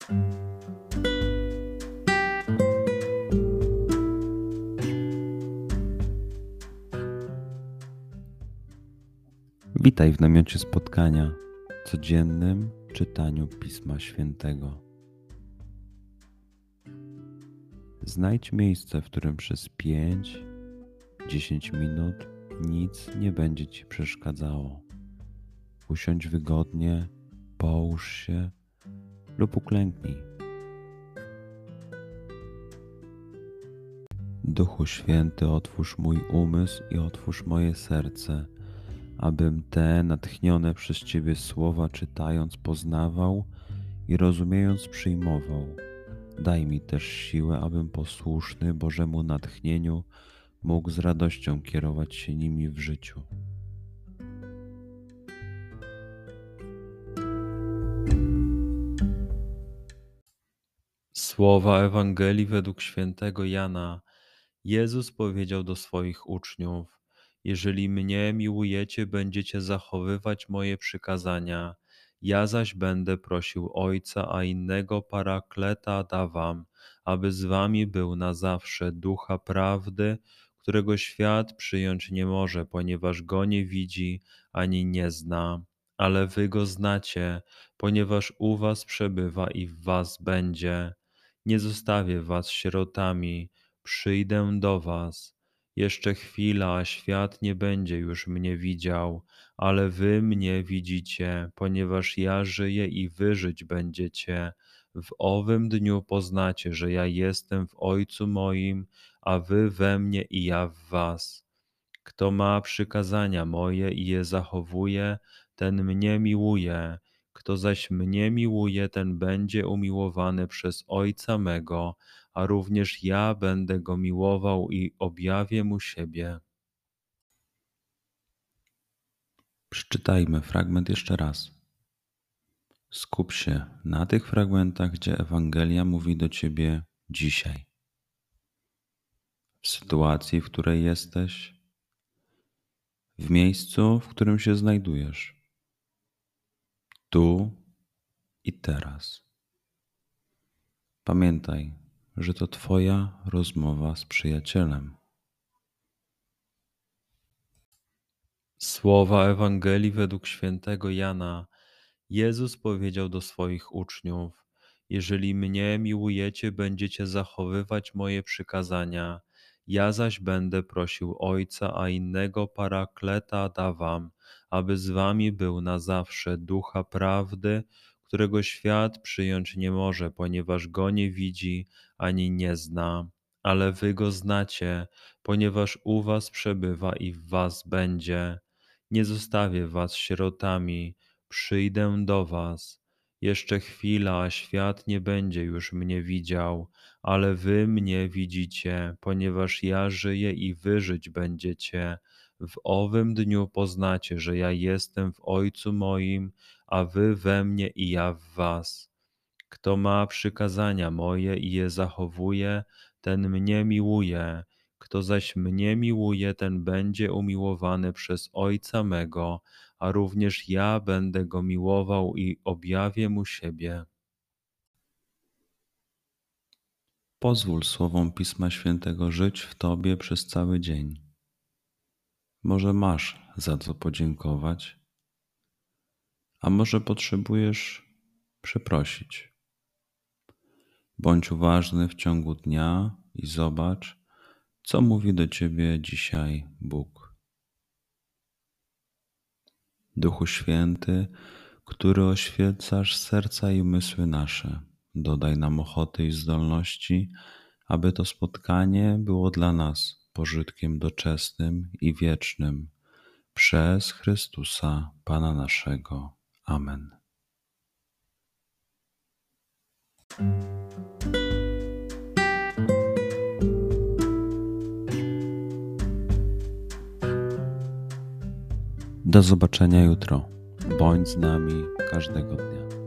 Witaj w namiocie spotkania, codziennym czytaniu Pisma Świętego. Znajdź miejsce, w którym przez 5-10 minut nic nie będzie Ci przeszkadzało. Usiądź wygodnie, połóż się lub uklęknij. Duchu Święty, otwórz mój umysł i otwórz moje serce, abym te natchnione przez Ciebie słowa czytając poznawał i rozumiejąc przyjmował. Daj mi też siłę, abym posłuszny Bożemu natchnieniu mógł z radością kierować się nimi w życiu. Słowa Ewangelii według świętego Jana. Jezus powiedział do swoich uczniów: Jeżeli mnie miłujecie, będziecie zachowywać moje przykazania. Ja zaś będę prosił Ojca, a innego Parakleta da wam, aby z wami był na zawsze, Ducha prawdy, którego świat przyjąć nie może, ponieważ go nie widzi ani nie zna. Ale wy go znacie, ponieważ u was przebywa i w was będzie. Nie zostawię was sierotami, przyjdę do was. Jeszcze chwila, a świat nie będzie już mnie widział, ale wy mnie widzicie, ponieważ ja żyję i wy żyć będziecie. W owym dniu poznacie, że ja jestem w Ojcu moim, a wy we mnie i ja w was. Kto ma przykazania moje i je zachowuje, ten mnie miłuje. Kto zaś mnie miłuje, ten będzie umiłowany przez Ojca mego, a również ja będę go miłował i objawię mu siebie. Przeczytajmy fragment jeszcze raz. Skup się na tych fragmentach, gdzie Ewangelia mówi do Ciebie dzisiaj. W sytuacji, w której jesteś, w miejscu, w którym się znajdujesz, tu i teraz. Pamiętaj, że to Twoja rozmowa z przyjacielem. Słowa Ewangelii według świętego Jana. Jezus powiedział do swoich uczniów: Jeżeli mnie miłujecie, będziecie zachowywać moje przykazania. Ja zaś będę prosił Ojca, a innego Parakleta da wam, aby z wami był na zawsze, Ducha prawdy, którego świat przyjąć nie może, ponieważ go nie widzi ani nie zna. Ale wy go znacie, ponieważ u was przebywa i w was będzie. Nie zostawię was sierotami, przyjdę do was. Jeszcze chwila, a świat nie będzie już mnie widział, ale wy mnie widzicie, ponieważ ja żyję i wy żyć będziecie. W owym dniu poznacie, że ja jestem w Ojcu moim, a wy we mnie i ja w was. Kto ma przykazania moje i je zachowuje, ten mnie miłuje. Kto zaś mnie miłuje, ten będzie umiłowany przez Ojca mego, a również ja będę go miłował i objawię mu siebie. Pozwól słowom Pisma Świętego żyć w Tobie przez cały dzień. Może masz za co podziękować, a może potrzebujesz przeprosić. Bądź uważny w ciągu dnia i zobacz, co mówi do Ciebie dzisiaj Bóg. Duchu Święty, który oświecasz serca i umysły nasze, dodaj nam ochoty i zdolności, aby to spotkanie było dla nas pożytkiem doczesnym i wiecznym. Przez Chrystusa, Pana naszego. Amen. Do zobaczenia jutro. Bądź z nami każdego dnia.